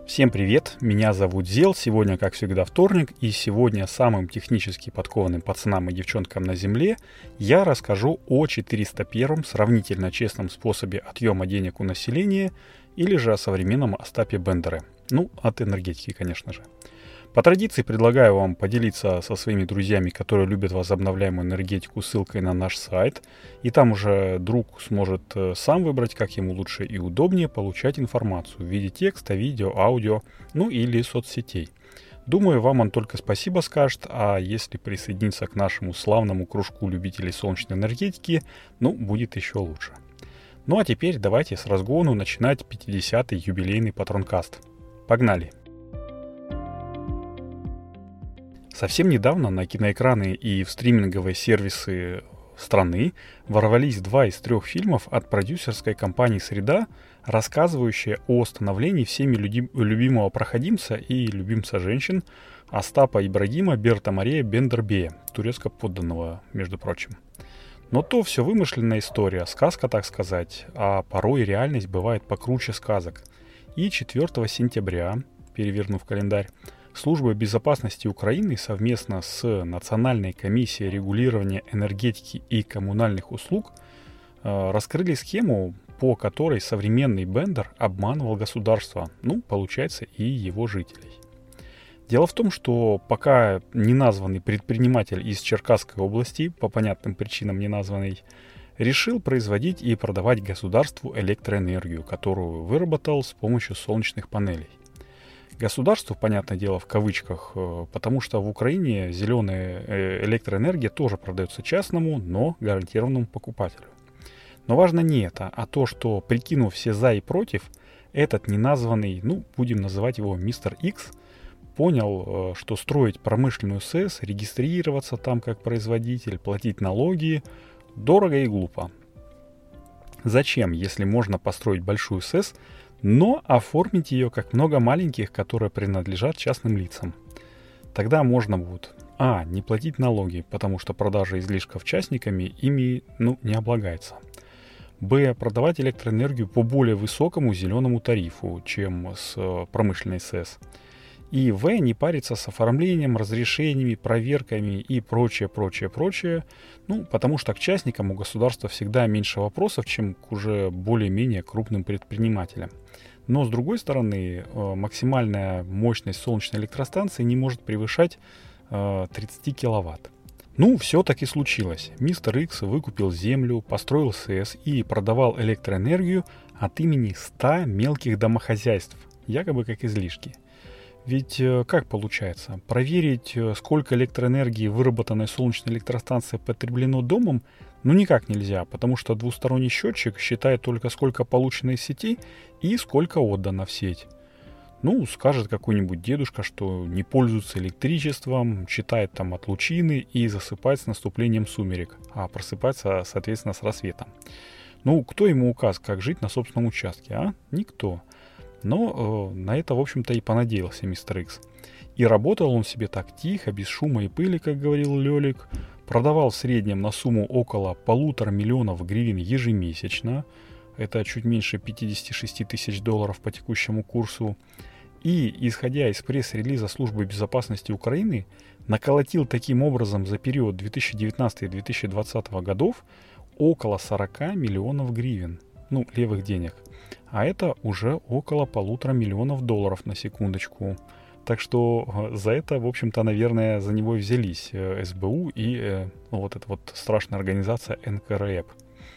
Всем привет, меня зовут Зел, сегодня, как всегда, вторник, и сегодня самым технически подкованным пацанам и девчонкам на Земле я расскажу о 401-м сравнительно честном способе отъема денег у населения или же о современном Остапе Бендере. Ну, от энергетики, конечно же. По традиции предлагаю вам поделиться со своими друзьями, которые любят возобновляемую энергетику, ссылкой на наш сайт. И там уже друг сможет сам выбрать, как ему лучше и удобнее получать информацию в виде текста, видео, аудио, ну или соцсетей. Думаю, вам он только спасибо скажет, а если присоединиться к нашему славному кружку любителей солнечной энергетики, ну, будет еще лучше. Ну а теперь давайте с разгону начинать 50-й юбилейный Патронкаст. Погнали! Совсем недавно на киноэкраны и в стриминговые сервисы страны ворвались 2 из 3 фильмов от продюсерской компании «Среда», рассказывающие о становлении всеми любимого проходимца и любимца женщин Остапа Ибрагима Берта Мария Бендербея, турецко-подданного, между прочим. Но то все вымышленная история, сказка, так сказать, а порой реальность бывает покруче сказок. И 4 сентября, перевернув календарь, Служба безопасности Украины совместно с Национальной комиссией регулирования энергетики и коммунальных услуг раскрыли схему, по которой современный Бендер обманывал государство, ну, получается, и его жителей. Дело в том, что пока неназванный предприниматель из Черкасской области, по понятным причинам неназванный, решил производить и продавать государству электроэнергию, которую выработал с помощью солнечных панелей. Государству, понятное дело, в кавычках, потому что в Украине зеленая электроэнергия тоже продается частному, но гарантированному покупателю. Но важно не это, а то, что, прикинув все за и против, этот неназванный, ну, будем называть его мистер Икс, понял, что строить промышленную СЭС, регистрироваться там как производитель, платить налоги дорого и глупо. Зачем, если можно построить большую СЭС, но оформить ее как много маленьких, которые принадлежат частным лицам? Тогда можно будет не платить налоги, потому что продажа излишков частниками ими не облагается. Продавать электроэнергию по более высокому зеленому тарифу, чем с промышленной СЭС. И не париться с оформлением, разрешениями, проверками и прочее, потому что к частникам у государства всегда меньше вопросов, чем к уже более-менее крупным предпринимателям. Но с другой стороны, максимальная мощность солнечной электростанции не может превышать 30 киловатт. Все таки случилось. Мистер Икс выкупил землю, построил СЭС и продавал электроэнергию от имени 100 мелких домохозяйств, якобы как излишки. Ведь как получается? Проверить, сколько электроэнергии выработанной солнечной электростанцией потреблено домом, никак нельзя, потому что двусторонний счетчик считает только сколько получено из сети и сколько отдано в сеть. Скажет какой-нибудь дедушка, что не пользуется электричеством, читает там от лучины и засыпает с наступлением сумерек, а просыпается, соответственно, с рассветом. Кто ему указ, как жить на собственном участке, а? Никто. Но на это, в общем-то, и понадеялся мистер Икс. И работал он себе так тихо, без шума и пыли, как говорил Лёлик. Продавал в среднем на сумму около 1,5 миллиона гривен ежемесячно. Это чуть меньше 56 тысяч долларов по текущему курсу. И, исходя из пресс-релиза Службы безопасности Украины, наколотил таким образом за период 2019-2020 годов около 40 миллионов гривен. Левых денег. А это уже около 1,5 миллиона долларов на секундочку. Так что за это, в общем-то, наверное, за него взялись СБУ и эта страшная организация НКРЭП.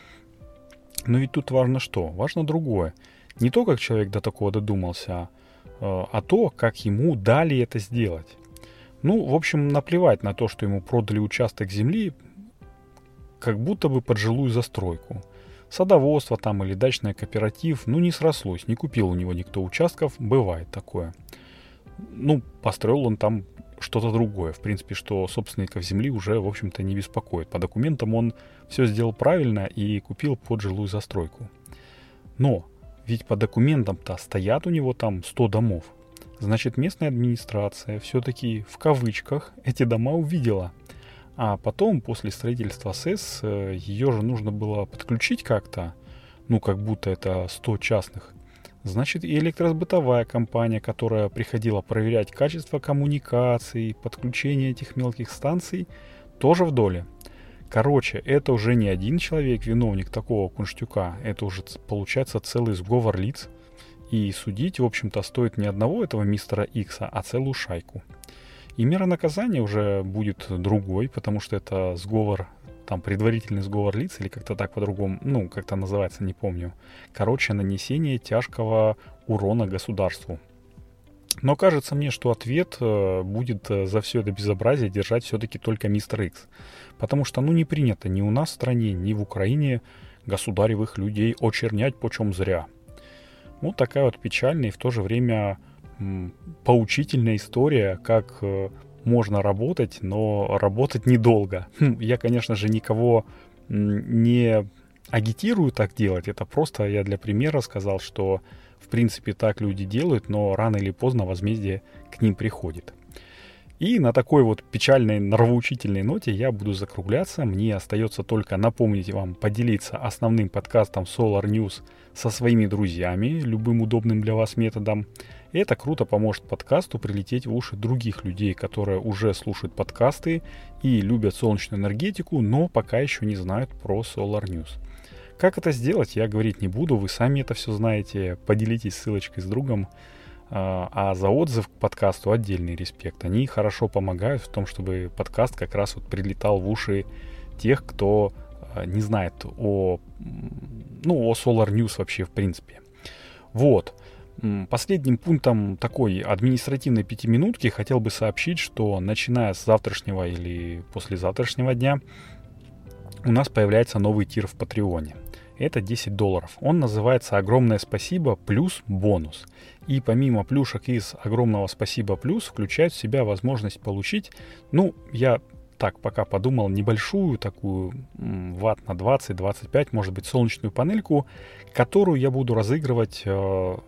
Но ведь тут важно что? Важно другое. Не то, как человек до такого додумался, а то, как ему дали это сделать. В общем, наплевать на то, что ему продали участок земли, как будто бы под жилую застройку. Садоводство там или дачный кооператив, не срослось, не купил у него никто участков, бывает такое. Построил он там что-то другое, в принципе, что собственников земли уже, в общем-то, не беспокоит. По документам он все сделал правильно и купил под жилую застройку. Но ведь по документам-то стоят у него там 100 домов. Значит, местная администрация все-таки в кавычках эти дома увидела. А потом, после строительства СЭС, ее же нужно было подключить как-то, как будто это 100 частных. Значит, и электросбытовая компания, которая приходила проверять качество коммуникаций, подключение этих мелких станций, тоже в доле. Короче, это уже не один человек виновник такого кунштюка, это уже получается целый сговор лиц. И судить, в общем-то, стоит не одного этого мистера Икса, а целую шайку. И мера наказания уже будет другой, потому что это сговор, там предварительный сговор лиц, или как-то так по-другому, ну, как-то называется, не помню. Короче, нанесение тяжкого урона государству. Но кажется мне, что ответ будет за все это безобразие держать все-таки только мистер Икс. Потому что, ну, не принято ни у нас в стране, ни в Украине государевых людей очернять почем зря. Вот такая вот печальная и в то же время поучительная история, как можно работать, но работать недолго. Я, конечно же, никого не агитирую так делать. Это просто я для примера сказал, что в принципе так люди делают, но рано или поздно возмездие к ним приходит. И на такой вот печальной, нравоучительной ноте я буду закругляться. Мне остается только напомнить вам поделиться основным подкастом Solar News со своими друзьями, любым удобным для вас методом. И это круто поможет подкасту прилететь в уши других людей, которые уже слушают подкасты и любят солнечную энергетику, но пока еще не знают про Solar News. Как это сделать, я говорить не буду, вы сами это все знаете. Поделитесь ссылочкой с другом. А за отзыв к подкасту отдельный респект. Они хорошо помогают в том, чтобы подкаст как раз вот прилетал в уши тех, кто не знает о Solar News вообще в принципе. Вот. Последним пунктом такой административной пятиминутки хотел бы сообщить, что начиная с завтрашнего или послезавтрашнего дня у нас появляется новый тир в Патреоне. Это $10. Он называется «Огромное спасибо плюс бонус». И помимо плюшек из «Огромного спасибо плюс» включает в себя возможность получить, я так пока подумал, небольшую такую ватт на 20-25, может быть, солнечную панельку, которую я буду разыгрывать 2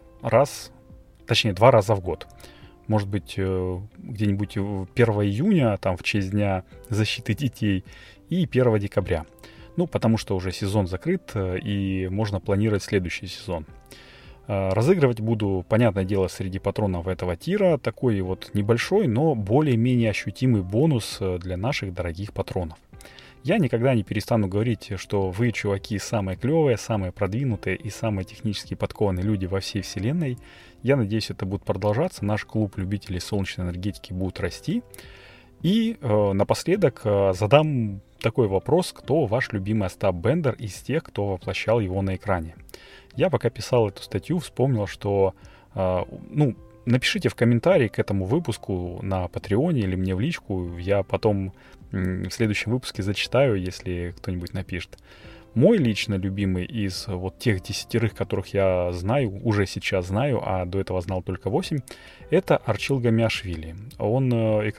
раза в год. Может быть, где-нибудь 1 июня, там в честь Дня защиты детей, и 1 декабря. Потому что уже сезон закрыт, и можно планировать следующий сезон. Разыгрывать буду, понятное дело, среди патронов этого тира. Такой вот небольшой, но более-менее ощутимый бонус для наших дорогих патронов. Я никогда не перестану говорить, что вы, чуваки, самые клевые, самые продвинутые и самые технически подкованные люди во всей вселенной. Я надеюсь, это будет продолжаться. Наш клуб любителей солнечной энергетики будет расти. И напоследок задам такой вопрос: кто ваш любимый Остап Бендер из тех, кто воплощал его на экране? Я пока писал эту статью, вспомнил, что напишите в комментарии к этому выпуску на Патреоне или мне в личку. Я потом в следующем выпуске зачитаю, если кто-нибудь напишет. Мой лично любимый из вот тех 10, которых я знаю, уже сейчас знаю, а до этого знал только 8, это Арчил Гамиашвили. Он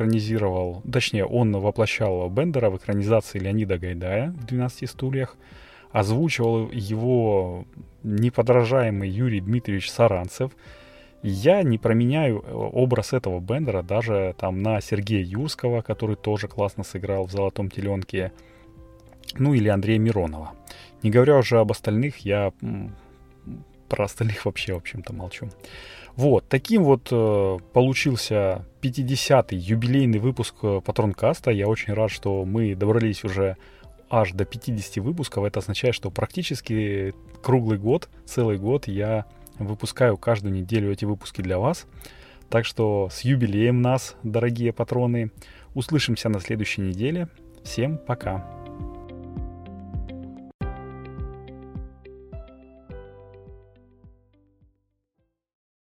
он воплощал Бендера в экранизации Леонида Гайдая в «12 стульях». Озвучивал его неподражаемый Юрий Дмитриевич Саранцев. Я не променяю образ этого Бендера даже там на Сергея Юрского, который тоже классно сыграл в «Золотом теленке», или Андрея Миронова. Не говоря уже об остальных, я про остальных вообще, в общем-то, молчу. Вот, таким вот получился 50-й юбилейный выпуск Патронкаста. Я очень рад, что мы добрались уже аж до 50 выпусков. Это означает, что практически круглый год, целый год я выпускаю каждую неделю эти выпуски для вас. Так что с юбилеем нас, дорогие патроны. Услышимся на следующей неделе. Всем пока.